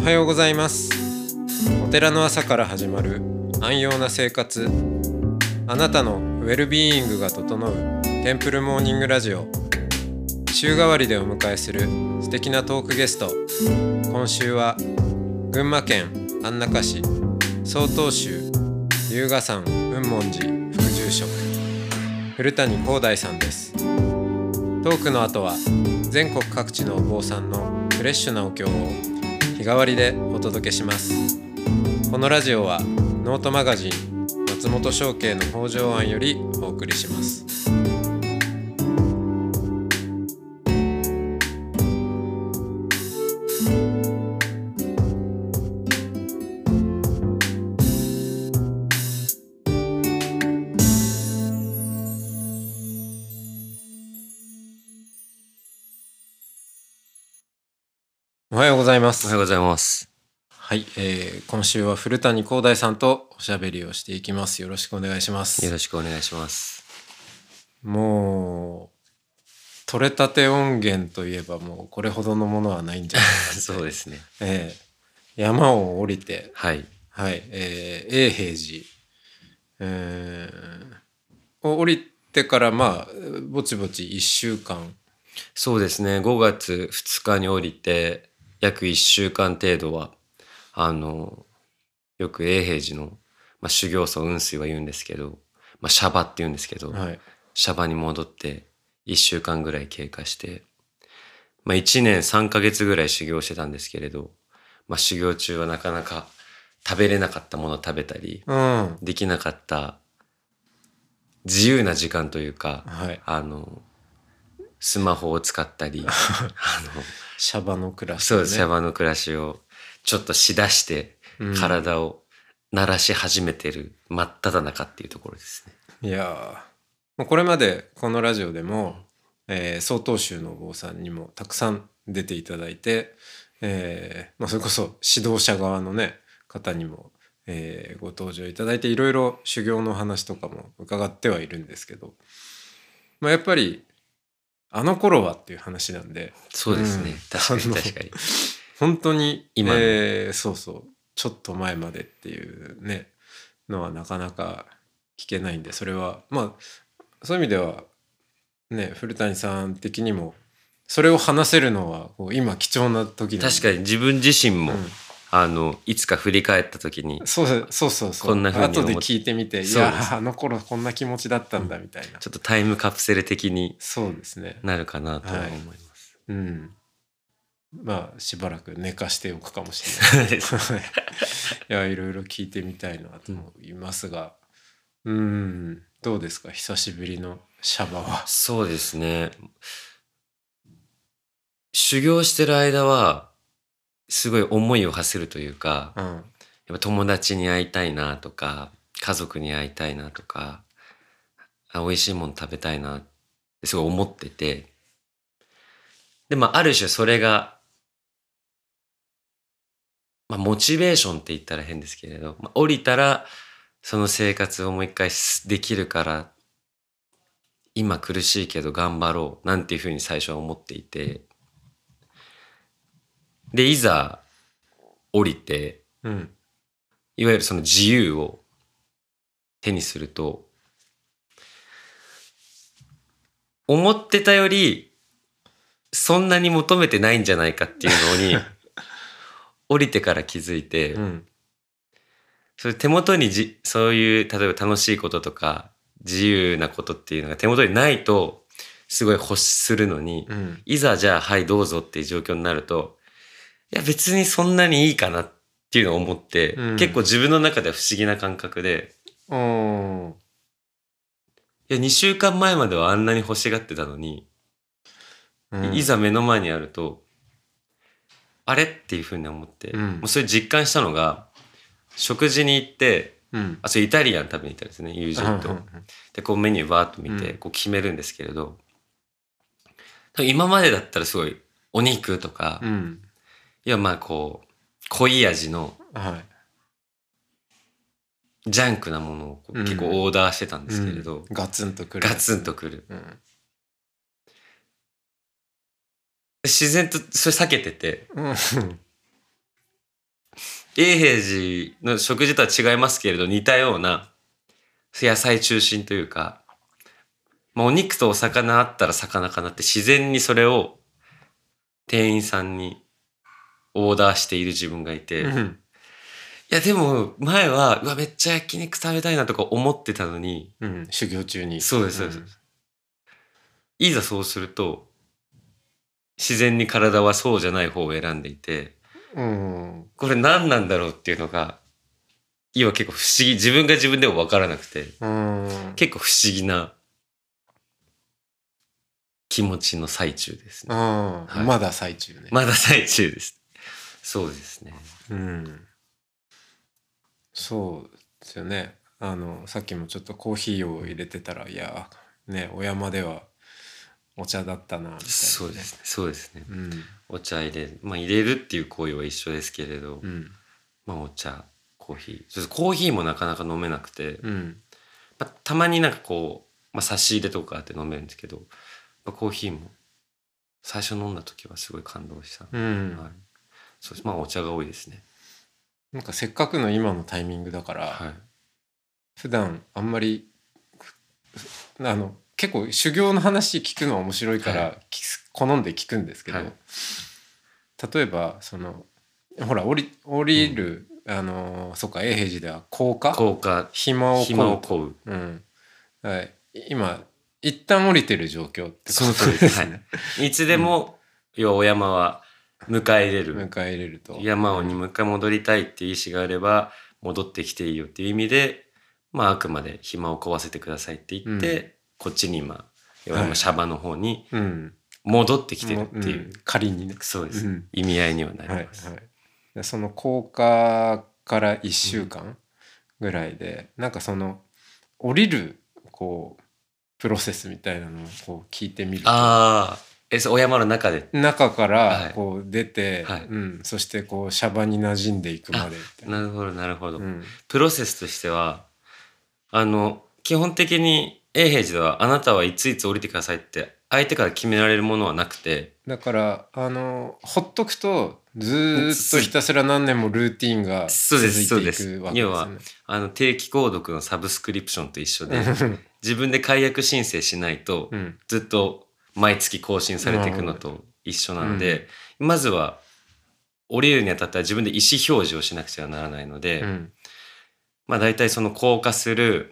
はようございます。お寺の朝から始まる安養な生活、あなたのウェルビーイングが整うテンプルモーニングラジオ。週替わりでお迎えする素敵なトークゲスト。今週は群馬県安中市曹洞宗龍河山雲門寺副住職古谷光大さんです。トークの後は全国各地のお坊さんのフレッシュなお経を日替わりでお届けします。このラジオはノートマガジン松本商家の北条庵よりお送りします。おはようございます。 おはようございます。 はい、今週は古谷光大さんとおしゃべりをしていきます。よろしくお願いします。 よろしくお願いします。 もう取れたて音源といえばもうこれほどのものはないんじゃないかなそうですね。 山を降りて、 はいはい、永平寺、を降りてからまあぼちぼち1週間。 そうですね。5月2日に降りて約1週間程度はよく永平寺の、修行僧雲水は言うんですけど、シャバって言うんですけど、 はい、 シャバに戻って1週間ぐらい経過して、1年3ヶ月ぐらい修行してたんですけれど、修行中はなかなか食べれなかったものを食べたり、できなかった自由な時間というか、 はい、 スマホを使ったりシャバの暮らし、ね、 そうです。シャバの暮らしをちょっとしだして体を慣らし始めてる真っ只中っていうところですね。 いやー、これまでこのラジオでも、曹洞宗のお坊さんにもたくさん出ていただいて、それこそ指導者側のね方にも、ご登場いただいていろいろ修行の話とかも伺ってはいるんですけど、やっぱりあの頃はっていう話なんで。 そうですね、確かに本当に今、 そうそうちょっと前までっていうねのはなかなか聞けないんで、それはそういう意味ではね古谷さん的にもそれを話せるのはこう今貴重な時なんで。 確かに自分自身も、いつか振り返った時にそうこんな風に後で聞いてみて、いやあの頃こんな気持ちだったんだみたいな、 ちょっとタイムカプセル的にそうですねなるかなとは思います。 しばらく寝かしておくかもしれないですいやいろいろ聞いてみたいなと思いますが、どうですか久しぶりのシャバは。 そうですね、修行してる間はすごい思いを馳せるというか、やっぱ友達に会いたいなとか家族に会いたいなとか美味しいもの食べたいなってすごい思ってて、である種それがモチベーションって言ったら変ですけれど、降りたらその生活をもう一回できるから今苦しいけど頑張ろうなんていうふうに最初は思っていて、でいざ降りて、いわゆるその自由を手にすると思ってたよりそんなに求めてないんじゃないかっていうのに降りてから気づいて、それ手元にそういう例えば楽しいこととか自由なことっていうのが手元にないとすごい欲するのに、いざじゃあはいどうぞっていう状況になると、いや別にそんなにいいかなっていうのを思って、結構自分の中では不思議な感覚で、いや2週間前まではあんなに欲しがってたのに、いざ目の前にあるとあれっていうふうに思って、もうそれ実感したのが食事に行って、それイタリアン食べに行ったんですね、友人と。でこうメニューバーッと見てこう決めるんですけれど、今までだったらすごいお肉とか、いやこう濃い味のジャンクなものを結構オーダーしてたんですけれど、 ガツンとくる、 自然とそれ避けてて、 永平寺の食事とは違いますけれど、似たような野菜中心というか、まあ、お肉とお魚あったら魚かなって自然にそれを店員さんにオーダーしている自分がいて、いやでも前はうわめっちゃ焼肉食べたいなとか思ってたのに、 修行中に。 そうですそうです、いざそうすると自然に体はそうじゃない方を選んでいて、これ何なんだろうっていうのが今結構不思議、自分が自分でも分からなくて、結構不思議な気持ちの最中ですね。 はい、まだ最中ね。 まだ最中です。そうですね。 そうですよね。さっきもちょっとコーヒーを入れてたら、いやね、お山ではお茶だったなみたいな、ね。 そうですね。そうですね。お茶入れ、まあ入れるっていう行為は一緒ですけれど、まあお茶、コーヒー、コーヒーもなかなか飲めなくて、まあ、たまになんかこう、まあ、差し入れとかあって飲めるんですけど、まあ、コーヒーも最初飲んだ時はすごい感動した。はい、そうです。まあお茶が多いですね。 なんかせっかくの今のタイミングだから、普段あんまり結構修行の話聞くのは面白いから、好んで聞くんですけど、例えばほら降りる、そっか、永平寺では降下暇を乞う、はい、今一旦降りてる状況ってことですね。 いつでも、要はお山は迎え入れると、山にもう一回戻りたいっていう意思があれば戻ってきていいよっていう意味で、まああくまで暇を壊せてくださいって言って、こっちに今シャバの方に戻ってきてるっていう、 仮にね、 そうです、意味合いにはなります。 その降下から1週間ぐらいで、なんか降りるこうプロセスみたいなのをこう聞いてみると、 お山の中からこう出て、そしてこうシャバに馴染んでいくまでみたいな。 なるほどなるほど、プロセスとしては基本的に永平寺ではあなたはいついつ降りてくださいって相手から決められるものはなくて、 だからほっとくとずっとひたすら何年もルーティンが続いていくわけですね。 要は定期購読のサブスクリプションと一緒で自分で解約申請しないと、ずっと毎月更新されていくのと一緒なので、まずは降りるにあたっては自分で意思表示をしなくちゃならないので、まあ大体その降下する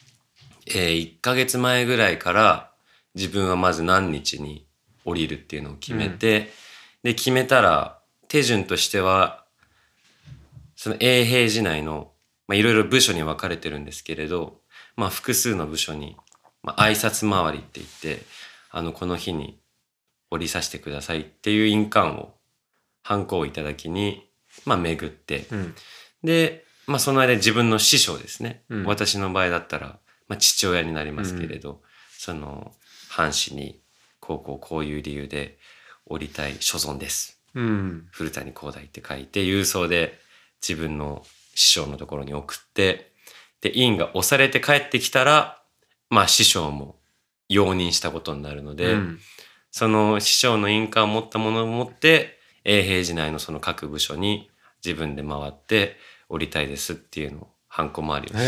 1ヶ月前ぐらいから自分はまず何日に降りるっていうのを決めて、で決めたら手順としてはその永平寺内のいろいろ部署に分かれてるんですけれど、まあ複数の部署に、挨拶回りって言ってこの日に降りさせてくださいっていう印鑑をハンコをいただきに巡って、でその間自分の師匠ですね、私の場合だったら父親になりますけれど、その藩士にこういう理由で降りたい所存です、古谷光大って書いて郵送で自分の師匠のところに送って、で印が押されて帰ってきたら師匠も容認したことになるので、その師匠の印鑑を持ったものを持って永平寺内のその各部署に自分で回って降りたいですっていうのをハンコ回りをして、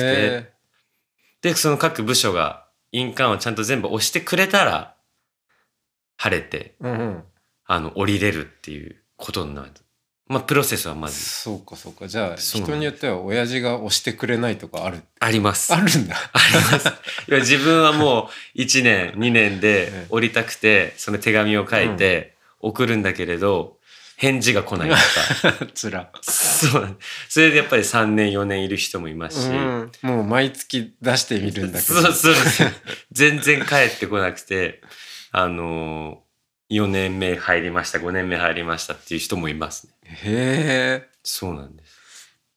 でその各部署が印鑑をちゃんと全部押してくれたら晴れて、降りれるっていうことになる。プロセスはまず。 そうか。じゃあ人によっては親父が押してくれないとかあります。 あるんだ。 あります。自分はもう1年2年で降りたくてその手紙を書いて送るんだけれど、返事が来ないとか。 つら。 そう。それでやっぱり3年4年いる人もいますし、 もう毎月出してみるんだけど。 そう全然帰ってこなくて、4年目入りました5年目入りましたっていう人もいますね。 へえ。 そうなんです。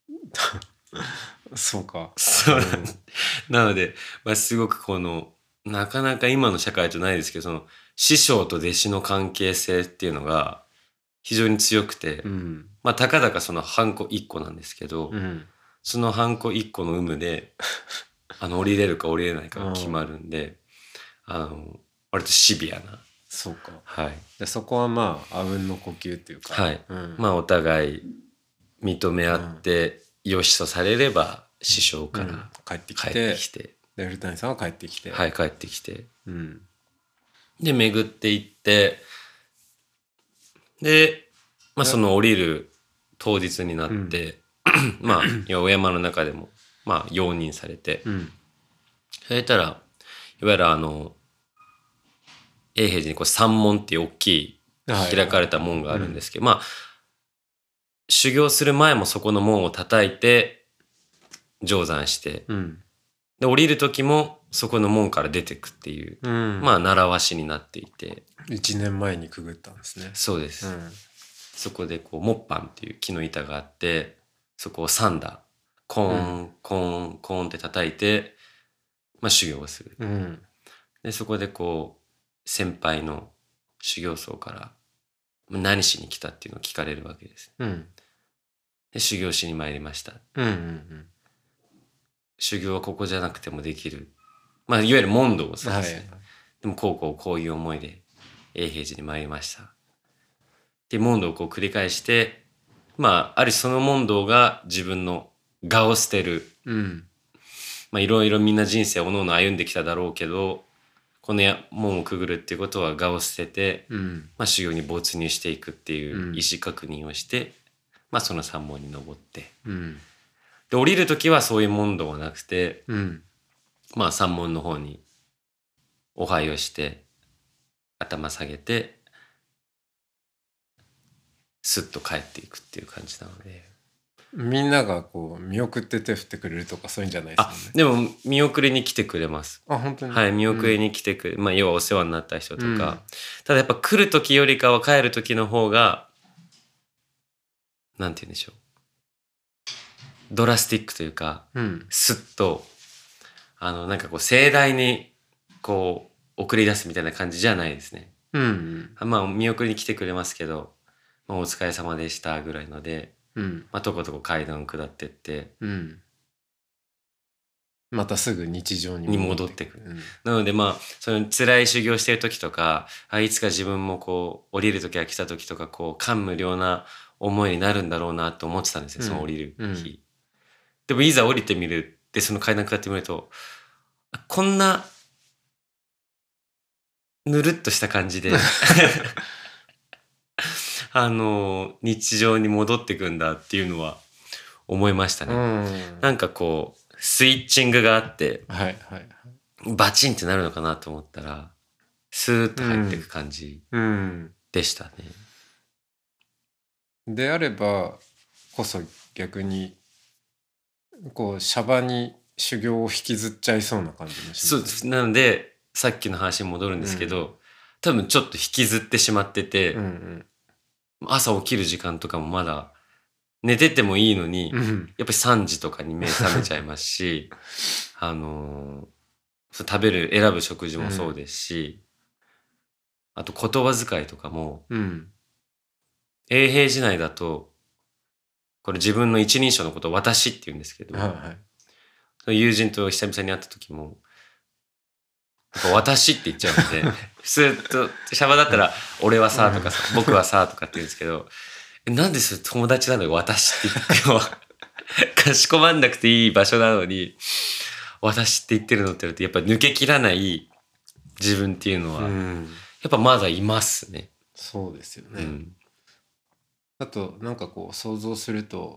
そうか。 そうなので、すごくなかなか今の社会じゃないですけど、その師匠と弟子の関係性っていうのが非常に強くて、たかだかそのハンコ1個なんですけど、そのハンコ1個の有無で降りれるか降りれないかが決まるんで、割とシビアな。 そうか。 はい。 でそこはあうんの呼吸っていうか。 はい。お互い認め合って、よしとされれば師匠から帰ってきてで古谷さんは帰ってきて、 はい帰ってきて、で巡っていって、で、まあ、その降りる当日になって、まあお山の中でもまあ容認されて、それたらいわゆる永平寺にこう山門っていう大きい開かれた門があるんですけど、まあ修行する前もそこの門を叩いて定山して、で降りる時もそこの門から出てくっていう、まあ習わしになっていて、 1年前にくぐったんですね。 そうです、そこでこう木板っていう木の板があって、そこを3打コーン、コーンコーンって叩いて、まあ、修行をする、でそこでこう先輩の修行僧から何しに来たっていうのを聞かれるわけです、で修行しに参りました、修行はここじゃなくてもできる、まあいわゆる問答をするんですね、でもこういう思いで永平寺に参りましたで問答をこう繰り返して、まあある種その問答が自分の我を捨てる、まあいろいろみんな人生おのおの歩んできただろうけど、この門をくぐるっていうことは我を捨てて、まあ修行に没入していくっていう意思確認をして、まあその山門に登って、で降りる時はそういう問答はなくて、まあ山門の方にお拝をして頭下げてスッと帰っていくっていう感じなので、 みんながこう見送って手振ってくれるとかそういうんじゃないですよね。 でも見送りに来てくれます。 本当に。 はい、見送りに来てくれ、まあ要はお世話になった人とか、ただやっぱ来る時よりかは帰る時の方がなんて言うんでしょう、ドラスティックというか、スッとなんかこう盛大にこう送り出すみたいな感じじゃないですね。まあ見送りに来てくれますけど、まあ、お疲れ様でしたぐらいので、まあとことこ階段下ってって、 またすぐ日常に戻ってくる、なのでまあその辛い修行してる時とか、いつか自分もこう降りる時が来た時とか、こう感無量な思いになるんだろうなと思ってたんですよ、その降りる日、でもいざ降りてみるで、その階段下ってみるとこんなぬるっとした感じで日常に戻ってくんだっていうのは思いましたね。なんかこうスイッチングがあって、バチンってなるのかなと思ったらスーッと入っていく感じでしたね。 であればこそ逆にこうシャバに修行を引きずっちゃいそうな感じもします。 そうです。なのでさっきの話に戻るんですけど、多分ちょっと引きずってしまってて、朝起きる時間とかもまだ寝ててもいいのに、やっぱり3時とかに目覚めちゃいますし食べる選ぶ食事もそうですし、あと言葉遣いとかも、永平寺内だとこれ自分の一人称のことを私って言うんですけど、友人と久々に会った時も私って言っちゃうんで普通とシャバだったら俺はさとかさ、僕はさとかって言うんですけど、なんでそれ友達なのに私って言ってかしこまんなくていい場所なのに私って言ってるのって言うと、やっぱ抜けきらない自分っていうのはやっぱまだいますね。 そうですよね。あとなんかこう想像すると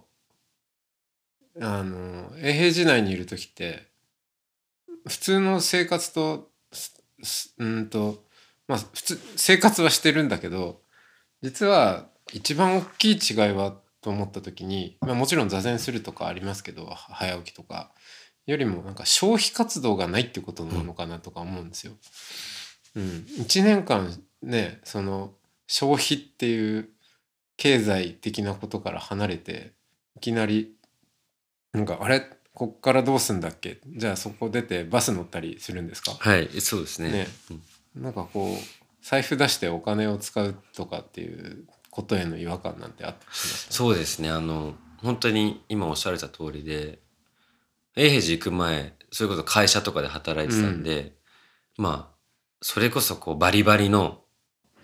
永平寺内にいる時って普通の生活とまあ普通生活はしてるんだけど、実は一番大きい違いはと思った時に、まあ、もちろん座禅するとかありますけど、早起きとかよりもなんか消費活動がないってことなのかなとか思うんですよ。1年間ね、その消費っていう経済的なことから離れて、いきなりなんかあれこっからどうすんだっけ、じゃあそこ出てバス乗ったりするんですか。 はい、そうですね。 なんかこう財布出してお金を使うとかっていうことへの違和感なんてあったりしますか。 そうですね、本当に今おっしゃられた通りで、永平寺行く前それこそ会社とかで働いてたんで、まあそれこそこうバリバリの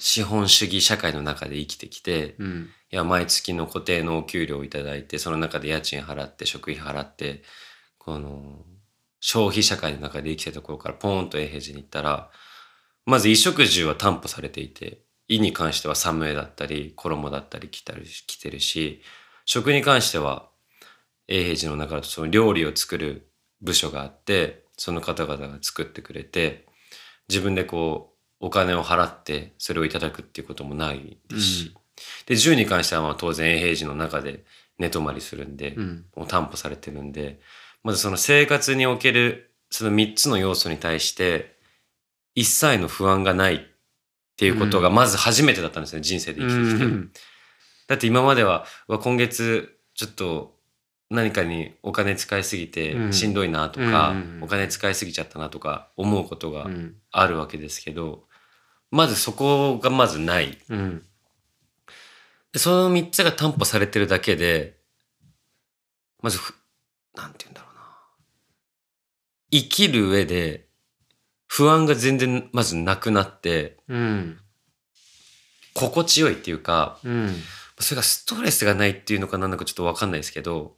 資本主義社会の中で生きてきて、 うんいや毎月の固定のお給料をいただいて、その中で家賃払って食費払って、この消費社会の中で生きてたところからポーンと永平寺に行ったら、まず衣食住は担保されていて、衣に関しては作務衣だったり衣だったり着てるし、食に関しては永平寺の中だとその料理を作る部署があって、その方々が作ってくれて、自分でこうお金を払ってそれをいただくっていうこともないですし、で住に関してはまあ当然永平寺の中で寝泊まりするんで、もう担保されてるんで、まずその生活におけるその3つの要素に対して一切の不安がないっていうことがまず初めてだったんですね、人生で生きてきて。だって今までは今月ちょっと何かにお金使いすぎてしんどいなとか、お金使いすぎちゃったなとか思うことがあるわけですけど、まずそこがまずない。でその3つが担保されてるだけで、まずなんて言うんだろうな。生きる上で不安が全然まずなくなって、心地よいっていうか、それがストレスがないっていうのかなんだかちょっとわかんないですけど、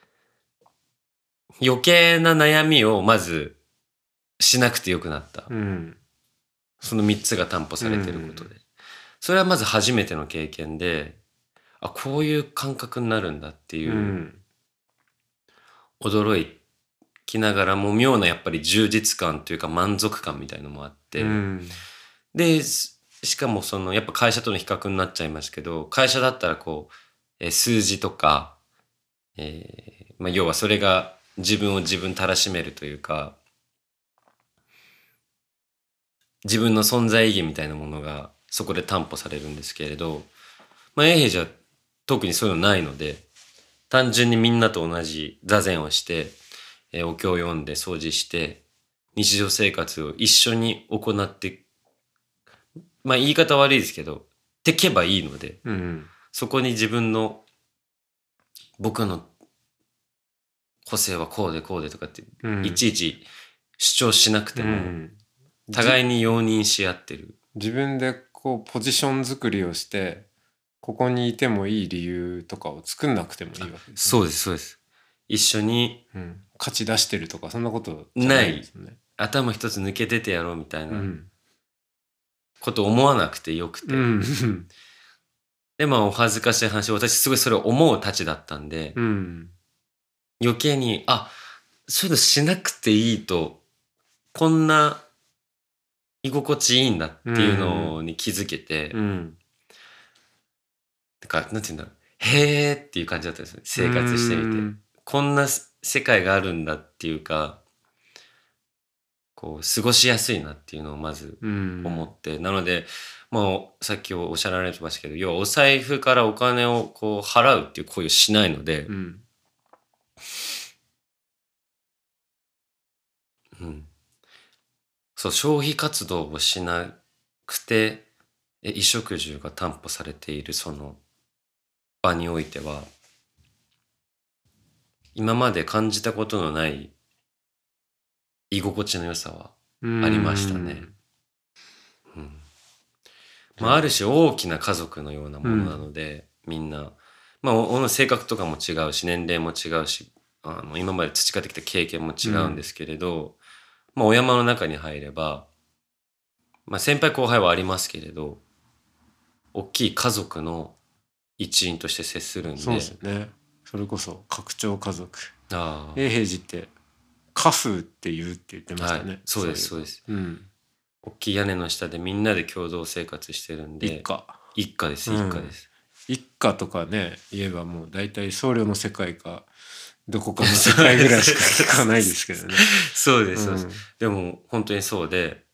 余計な悩みをまずしなくてよくなった。その3つが担保されてることで。それはまず初めての経験で、あ、こういう感覚になるんだっていう、驚きながらも妙なやっぱり充実感というか満足感みたいのもあって、で、しかもそのやっぱ会社との比較になっちゃいますけど、会社だったらこう、数字とか、まあ、要はそれが自分を自分たらしめるというか、自分の存在意義みたいなものがそこで担保されるんですけれど、まあ、永平寺は特にそういうのないので、単純にみんなと同じ座禅をして、お経を読んで掃除して、日常生活を一緒に行って、まあ言い方悪いですけど、ってけばいいので、そこに自分の僕の個性はこうでこうでとかって、いちいち主張しなくても、互いに容認し合ってる。 自分でこうポジション作りをして、ここにいてもいい理由とかを作んなくてもいいわけですね。 そうですそうです。一緒に、 価値出してるとかそんなことじゃないですね。 頭一つ抜け出てやろうみたいなこと思わなくてよくて。でまあお恥ずかしい話、私すごいそれを思うたちだったんで、余計にそういうのしなくていいとこんな居心地いいんだっていうのに気づけて、だからなんていうんだろう、へーっていう感じだったんですね、生活してみて。こんな世界があるんだっていうか、こう過ごしやすいなっていうのをまず思って、なのでもうさっきおっしゃられてましたけど、要はお財布からお金をこう払うっていう行為をしないので、そう消費活動をしなくて衣食住が担保されているその場においては、今まで感じたことのない居心地の良さはありましたね。まあ、ある種大きな家族のようなものなので、みんな、まあ、性格とかも違うし、年齢も違うし、今まで培ってきた経験も違うんですけれど、まあ、お山の中に入れば、まあ、先輩後輩はありますけれど、大きい家族の一員として接するんで。 そうですね。それこそ拡張家族。永平寺って家風って言ってましたね。 そうですそうです。大きい屋根の下でみんなで共同生活してるんで。一家です。 一家とかね言えばもう大体僧侶の世界かどこかの世界ぐらいしか聞かないですけどね。 そうですそうです。でも本当にそうで、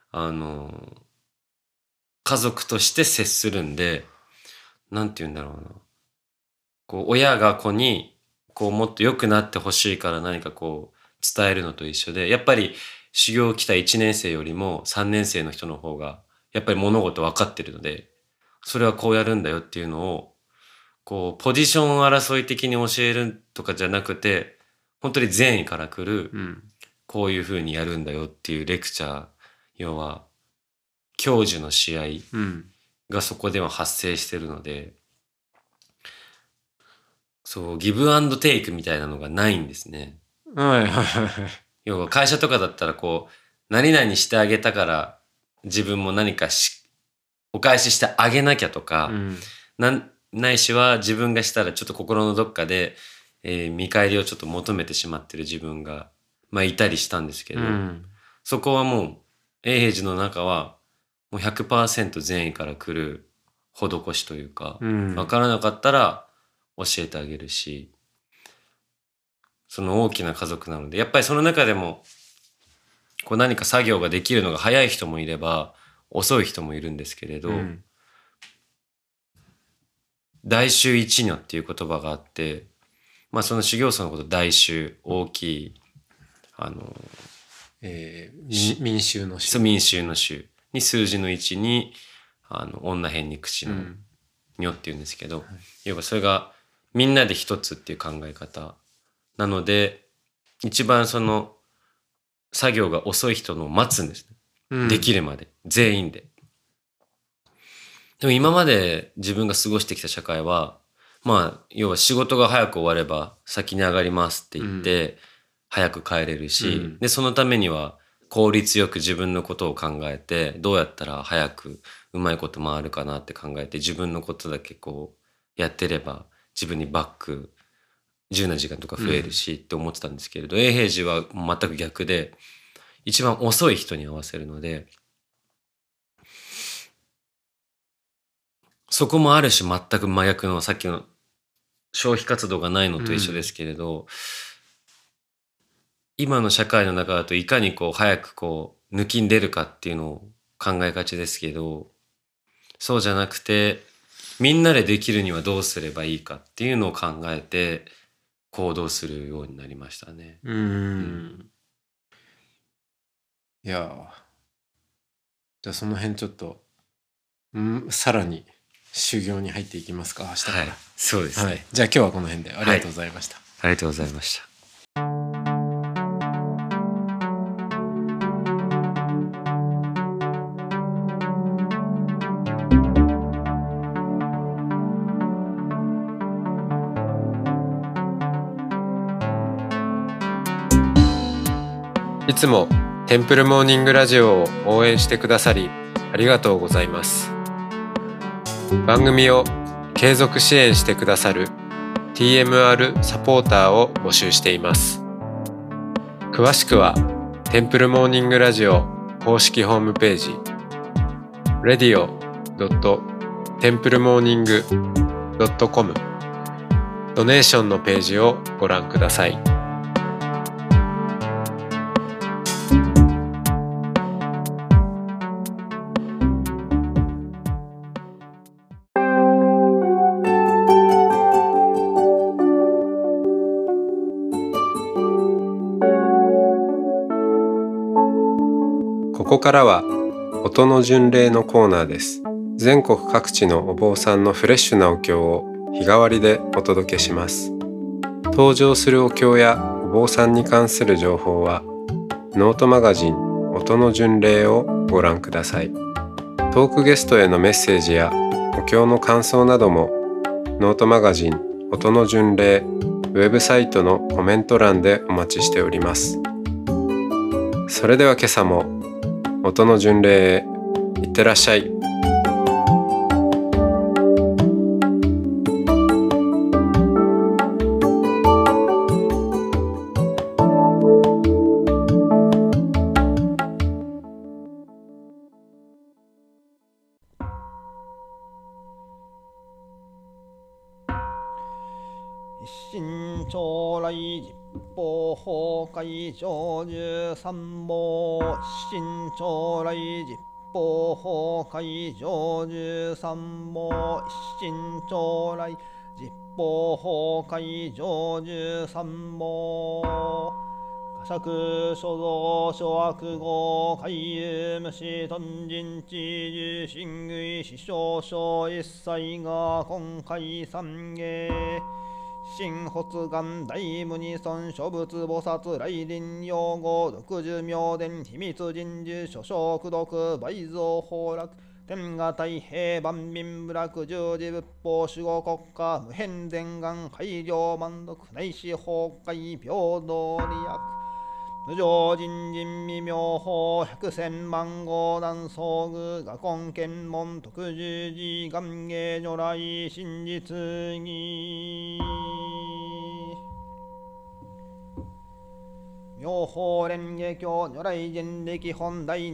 家族として接するんで、なんて言うんだろうな。こう親が子にこうもっと良くなってほしいから何かこう伝えるのと一緒で、やっぱり修行来た1年生よりも3年生の人の方がやっぱり物事分かってるので、それはこうやるんだよっていうのをこうポジション争い的に教えるとかじゃなくて、本当に善意から来る、こういう風にやるんだよっていうレクチャー、要は教授の試合がそこでは発生してるので、そうギブアンドテイクみたいなのがないんですね。 はいはいはい。 要は会社とかだったらこう何々してあげたから自分も何かお返ししてあげなきゃとか、ないしは自分がしたらちょっと心のどっかで、見返りをちょっと求めてしまってる自分が、いたりしたんですけど、そこはもう永平寺の中はもう 100% 善意から来る施しというか、分からなかったら教えてあげるし、その大きな家族なので、やっぱりその中でもこう何か作業ができるのが早い人もいれば遅い人もいるんですけれど、大衆一如っていう言葉があって、その修行僧のこと大衆、大きい民衆の衆。 民衆の衆に数字の1に女偏に口の如っていうんですけど、要はそれがみんなで一つっていう考え方なので、一番その作業が遅い人のを待つんですね、できるまで全員で。でも今まで自分が過ごしてきた社会は、要は仕事が早く終われば先に上がりますって言って、早く帰れるし、でそのためには効率よく自分のことを考えて、どうやったら早くうまいこと回るかなって考えて、自分のことだけこうやってれば自分にバック自由な時間とか増えるしって思ってたんですけれど、永平寺は全く逆で、一番遅い人に合わせるので、そこもある種全く真逆の、さっきの消費活動がないのと一緒ですけれど、今の社会の中だといかにこう早くこう抜きん出るかっていうのを考えがちですけど、そうじゃなくてみんなでできるにはどうすればいいかっていうのを考えて行動するようになりましたね。 いや、じゃあその辺ちょっとさらに修行に入っていきますか、明日から。 そうですね。 じゃあ今日はこの辺でありがとうございました。 ありがとうございました。 いつもテンプルモーニングラジオを応援してくださりありがとうございます。番組を継続支援してくださる TMR サポーターを募集しています。詳しくはテンプルモーニングラジオ公式ホームページ radio.templemorning.com ドネーションのページをご覧ください。ここからは音の巡礼のコーナーです。全国各地のお坊さんのフレッシュなお経を日替わりでお届けします。登場するお経やお坊さんに関する情報はノートマガジン音の巡礼をご覧ください。トークゲストへのメッセージやお経の感想などもノートマガジン音の巡礼ウェブサイトのコメント欄でお待ちしております。それでは今朝も音の巡礼へいってらっしゃい。 一心来実法法会成十三毛一心来実法法会成十三毛一心来実法法会成十三毛呵責所蔵諸悪語海遊無視頓人知重心類死傷症一切が今回三芸心発願大無二尊諸仏菩薩来臨用語六十妙伝秘密人事諸聖功徳倍増崩落天下太平万民部落十字仏法守護国家無変全願開業満足内視崩壊平等利益無常人人未妙法百千万号南総具画根検問特十字願芸如来真実義妙法蓮華経如来人力本第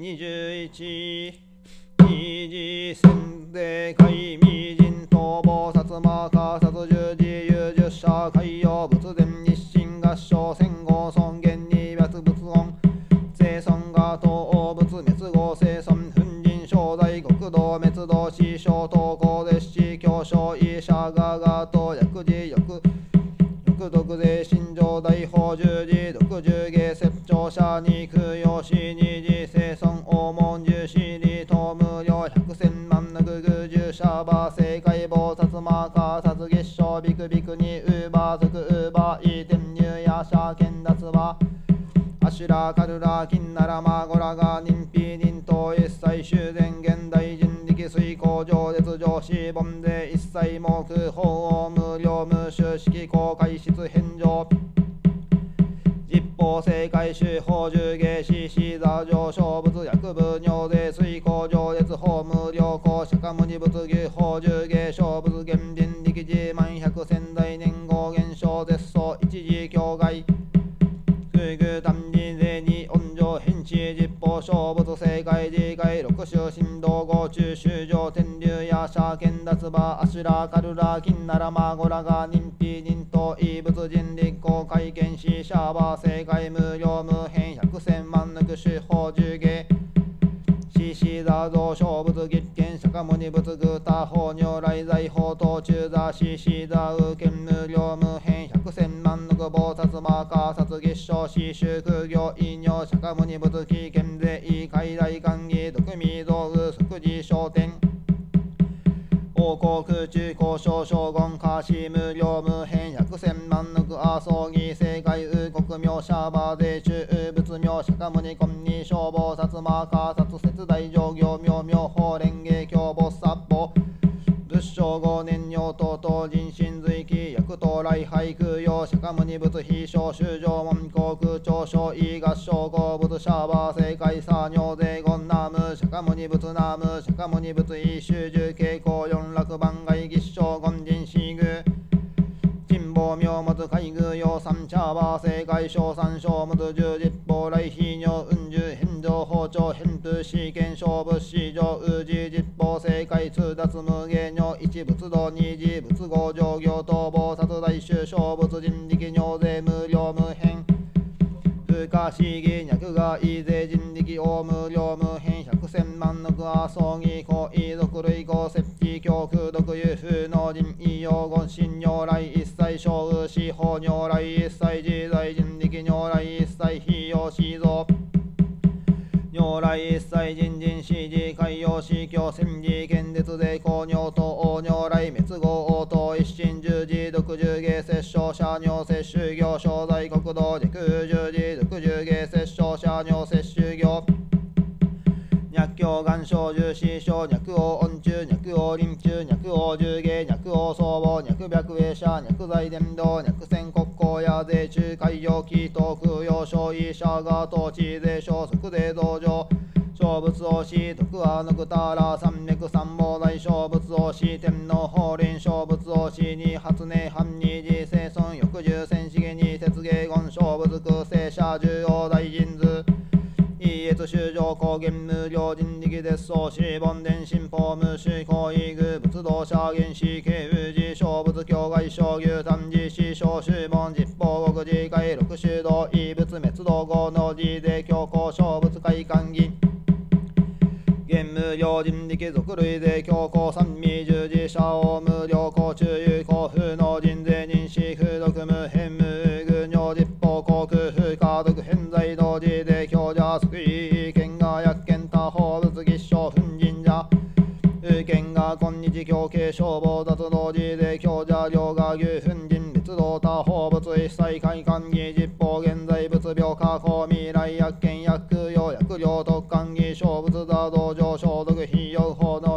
21二次宣定会未人逃亡薩摩迦薩十字有十社海洋仏伝日清合唱戦後尊厳二別仏音生尊が東仏滅後生尊粉人正代国道滅道師匠東高列子教書医者ががと薬事欲毒税心情大法十字毒十芸摂長者に供養し二次生尊黄門十四里東無料百千万の具具十社馬正解菩薩摩迦薩月賞ビクビクにウーバー族ウーバーイーテン入夜者剣脱馬アシュラカルラ金ならマゴラが人否人頭一切修繕現代人力水工上列上司凡税一切目法を無料無収式公開室返上実法正解手法十芸師死座上小物薬部尿税水工上列法無料公釈迦無二仏牛法十芸小物減人力自万百千代年号減少絶相一時境外空具単理税に温情変地実法小物正解自戒六種振動合中修上天竜や社剣脱馬アシュラカルラ金ならマゴラが人否人頭異物人立公会見しシャーバー正解無料無変百千万抜く手法十芸獅子座像小物月見釈迦牟尼仏具他法如来財法等中座獅子座右見無料無変百千万抜く菩薩摩迦薩月賞四修空行異尿釈迦牟尼仏起見税異海大官義毒味道具即時昇天王国空中交渉将軍下士無料無変百千万抜く阿葬儀正解右国名シャーバー税中仏名釈迦牟尼金に消防薩摩迦薩節大上行妙妙法蓮華経菩薩法仏正五年尿等々人心随記薬等来俳空用釈迦牟尼仏非小修上門航空長所異合唱合仏シャーバー正解作尿税言ナム釈迦牟尼仏ナム釈迦牟尼仏異修十傾向四楽番外義唱言人死具神保妙物海具用三茶バー正解小三小物十実法来非尿運十返上包丁返風試験勝負市場宇治実法正解通達無芸尿一仏道二次仏合上行逃亡殺大衆小仏人力尿税無料無変不可思議脈が異税人力大無料無変百千万の阿葬儀行異族類合設置教空毒有風の人異用言神如来一切小雨司法如来一切自在人力如来一切非用死蔵如来一切人人死事海洋死教戦時剣絶税公尿等王如来滅後応答一心十字毒十芸摂生者尿摂取業正在国道軸十字毒十芸摂生者尿摂取業脈境願生十四小脈王音中脈王臨中脈王十芸脈王僧帽脈白衛者脈在伝道脈線国交や税中海洋気東空用小医者が統治税小即税道場小仏王子徳阿のくたら三脈三宝大小仏王子天皇法輪小仏王子に発明藩二次生尊翌十戦資源に鉄芸言小仏空生者重要大神図異越修上高原無料人力絶相四梵伝新法無視行為具仏道者原始慶宇治小仏境外小牛単寺師小修門実法国自界六修道異仏滅道合の自税強行小仏会館儀現無料人力属類税強行三味十字社王無料公中有公風の人税人士風毒無変無具尿実法航空風家族偏在同時税強者救い県が薬権他法仏義将粉神者右県が今日強慶消防脱同時税強者両が牛粉人別道他法仏一切会館儀実法現在仏病加工未来薬権薬用薬料特管儀小仏座道上消毒費用法の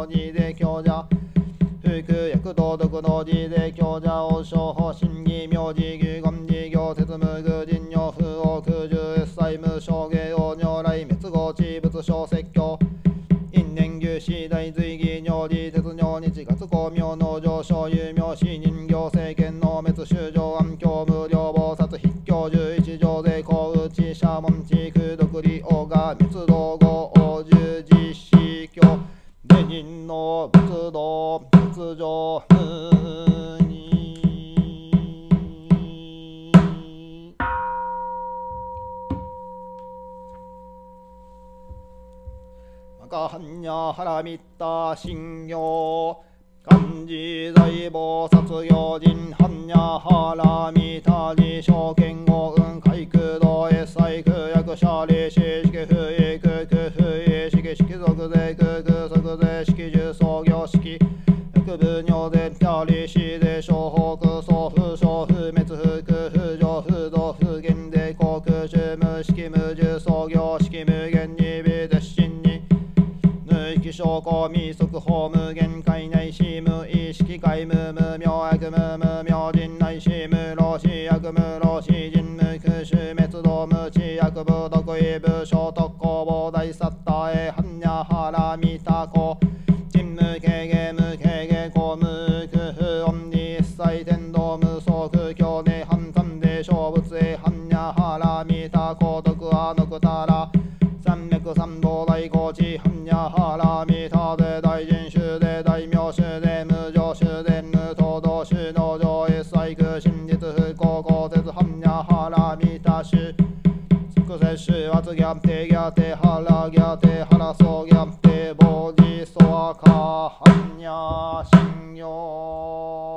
通称説教因縁牛子大随義尿理鉄尿日月光明の上昇有名死人行政権の滅衆上安教無料菩薩筆教11条税公内社門地空独利王が滅道後王十実施教下人の仏道仏上無にマカハンニャハラミッタ信行漢字財宝殺行人ハンニャハラミタジ証券語運海空道越西空役者利子式不意空空不意式式属税空空属税式重創業式副部尿税ピャ利子税商法空総不商不滅不空不上不動不減税航空主無式無重創業式無限に微絶心に無域証拠未速法無限界内し無意識界無無明悪無無明人内し無老死悪無老死人無空襲滅動無知悪部毒意部小特攻防大サッターへ般若ハラミタコ人無形芸無形芸公無空不音に一切天道無双空境内反三で小仏へ般若ハラミタコ徳アノクタラ三脈三道大高知般若ハラミタで大人衆で大名衆で無常衆で無東道衆農場一切空真実不幸公絶般若ハラミタ衆即摂衆圧ギャテギャテハラギャテハラソギャテボジソワカ般若心経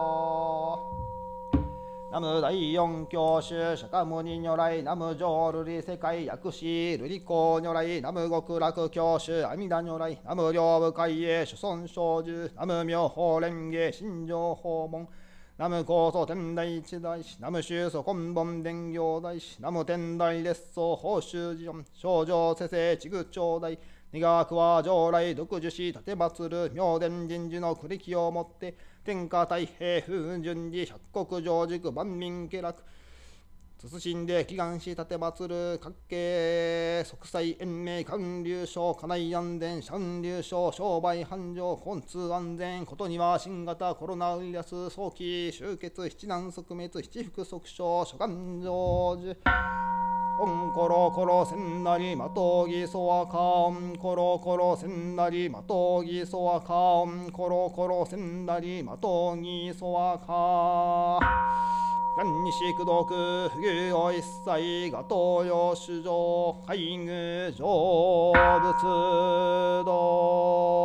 ナム第四教主釈迦牟尼如来ナム上瑠璃世界薬師瑠璃光如来ナム極楽教主阿弥陀如来ナム両部海へ諸尊小寿ナム妙法蓮華心情訪問ナム高祖天台一大師ナム宗祖根本伝行大師ナム天台列祖法宗寺音少女世世地具長大二学は上来独樹し立て祭る妙伝人事の苦力をもって天下太平風順次百国上軸万民家楽謹んで祈願し立て祭る各系息災延命官流省家内安全三流省商売繁盛交通安全ことには新型コロナウイルス早期終結七難即滅七福即勝諸願成就オンコロコロせんなりまとぎそわかオンコロコロせんなりまとぎそわかオンコロコロせんなりまとぎそわか元西苦毒不義を一切が東洋主上海具成仏道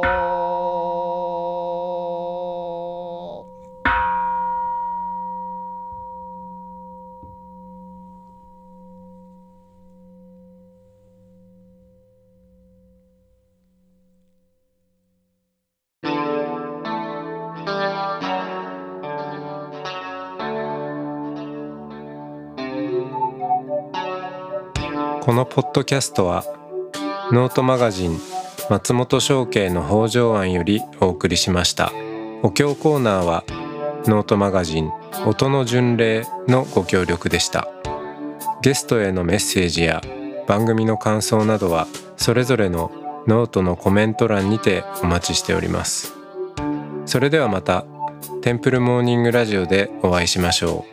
このポッドキャストはノートマガジン松本商家の北条庵よりお送りしました。お経コーナーはノートマガジン音の巡礼のご協力でした。ゲストへのメッセージや番組の感想などはそれぞれのノートのコメント欄にてお待ちしております。それではまたテンプルモーニングラジオでお会いしましょう。